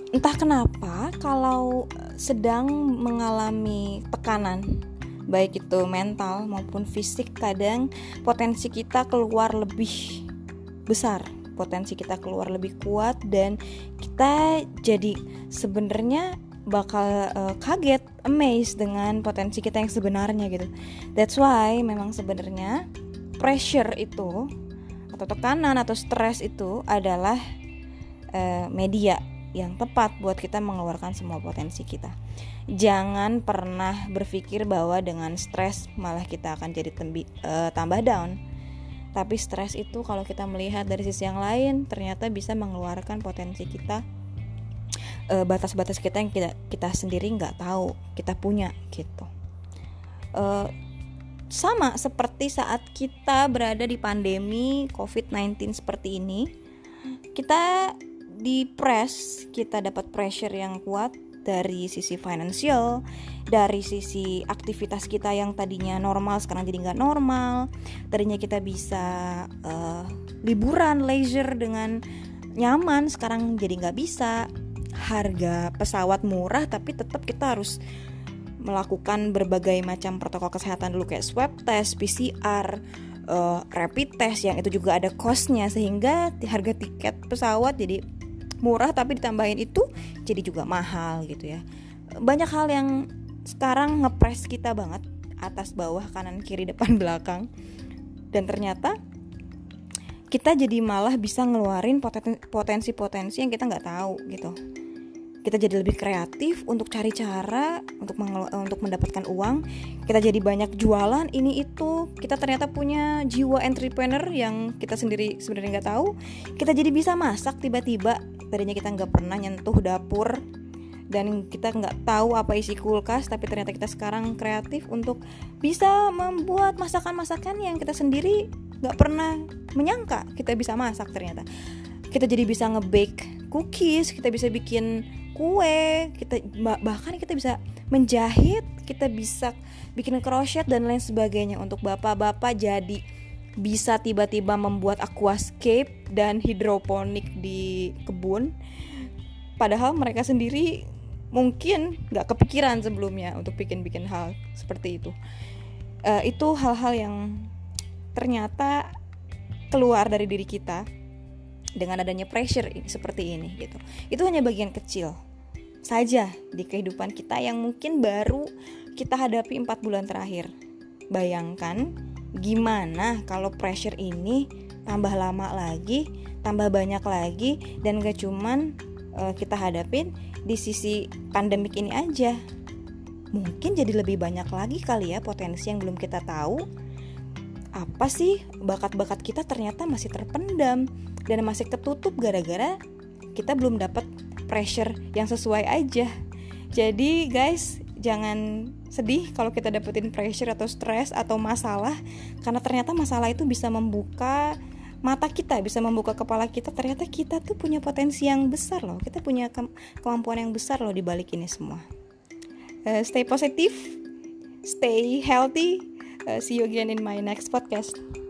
Entah kenapa kalau sedang mengalami tekanan, baik itu mental maupun fisik, kadang potensi kita keluar lebih besar, potensi kita keluar lebih kuat, dan kita jadi sebenarnya bakal kaget, amazed dengan potensi kita yang sebenarnya gitu. That's why memang sebenarnya pressure itu atau tekanan atau stres itu adalah media yang tepat buat kita mengeluarkan semua potensi kita. Jangan pernah berpikir bahwa dengan stres malah kita akan jadi tambah down. Tapi stres itu kalau kita melihat dari sisi yang lain, ternyata bisa mengeluarkan potensi kita, batas-batas kita yang kita sendiri nggak tahu kita punya gitu. Sama seperti saat kita berada di pandemi COVID-19 seperti ini, kita kita dapat pressure yang kuat dari sisi financial, dari sisi aktivitas kita yang tadinya normal sekarang jadi nggak normal. Tadinya kita bisa liburan, leisure dengan nyaman, sekarang jadi nggak bisa. Harga pesawat murah tapi tetap kita harus melakukan berbagai macam protokol kesehatan dulu, kayak swab test, PCR, rapid test, yang itu juga ada cost-nya, sehingga harga tiket pesawat jadi murah tapi ditambahin itu jadi juga mahal gitu ya. Banyak hal yang sekarang ngepres kita banget, atas bawah, kanan kiri depan belakang, dan ternyata kita jadi malah bisa ngeluarin potensi-potensi yang kita nggak tahu gitu. Kita jadi lebih kreatif untuk cari cara untuk mendapatkan uang. Kita jadi banyak jualan ini itu. Kita ternyata punya jiwa entrepreneur yang kita sendiri sebenarnya nggak tahu. Kita jadi bisa masak tiba-tiba. Tadinya kita nggak pernah nyentuh dapur dan kita nggak tahu apa isi kulkas, tapi ternyata kita sekarang kreatif untuk bisa membuat masakan-masakan yang kita sendiri nggak pernah menyangka kita bisa masak. Ternyata kita jadi bisa nge-bake cookies, kita bisa bikin kue, bahkan kita bisa menjahit, kita bisa bikin crochet dan lain sebagainya. Untuk bapak-bapak jadi bisa tiba-tiba membuat aquascape dan hidroponik di kebun, padahal mereka sendiri mungkin gak kepikiran sebelumnya untuk bikin hal seperti itu. Itu hal-hal yang ternyata keluar dari diri kita dengan adanya pressure seperti ini gitu. Itu hanya bagian kecil saja di kehidupan kita yang mungkin baru kita hadapi 4 bulan terakhir. Bayangkan gimana kalau pressure ini tambah lama lagi, tambah banyak lagi, dan gak cuman kita hadapin di sisi pandemik ini aja. Mungkin jadi lebih banyak lagi kali ya potensi yang belum kita tahu. Apa sih bakat-bakat kita ternyata masih terpendam dan masih ketutup gara-gara kita belum dapat pressure yang sesuai aja. Jadi guys, jangan sedih kalau kita dapetin pressure atau stres atau masalah, karena ternyata masalah itu bisa membuka mata kita, bisa membuka kepala kita. Ternyata kita tuh punya potensi yang besar loh, kita punya kemampuan yang besar loh di balik ini semua. Stay positive, stay healthy. See you again in my next podcast.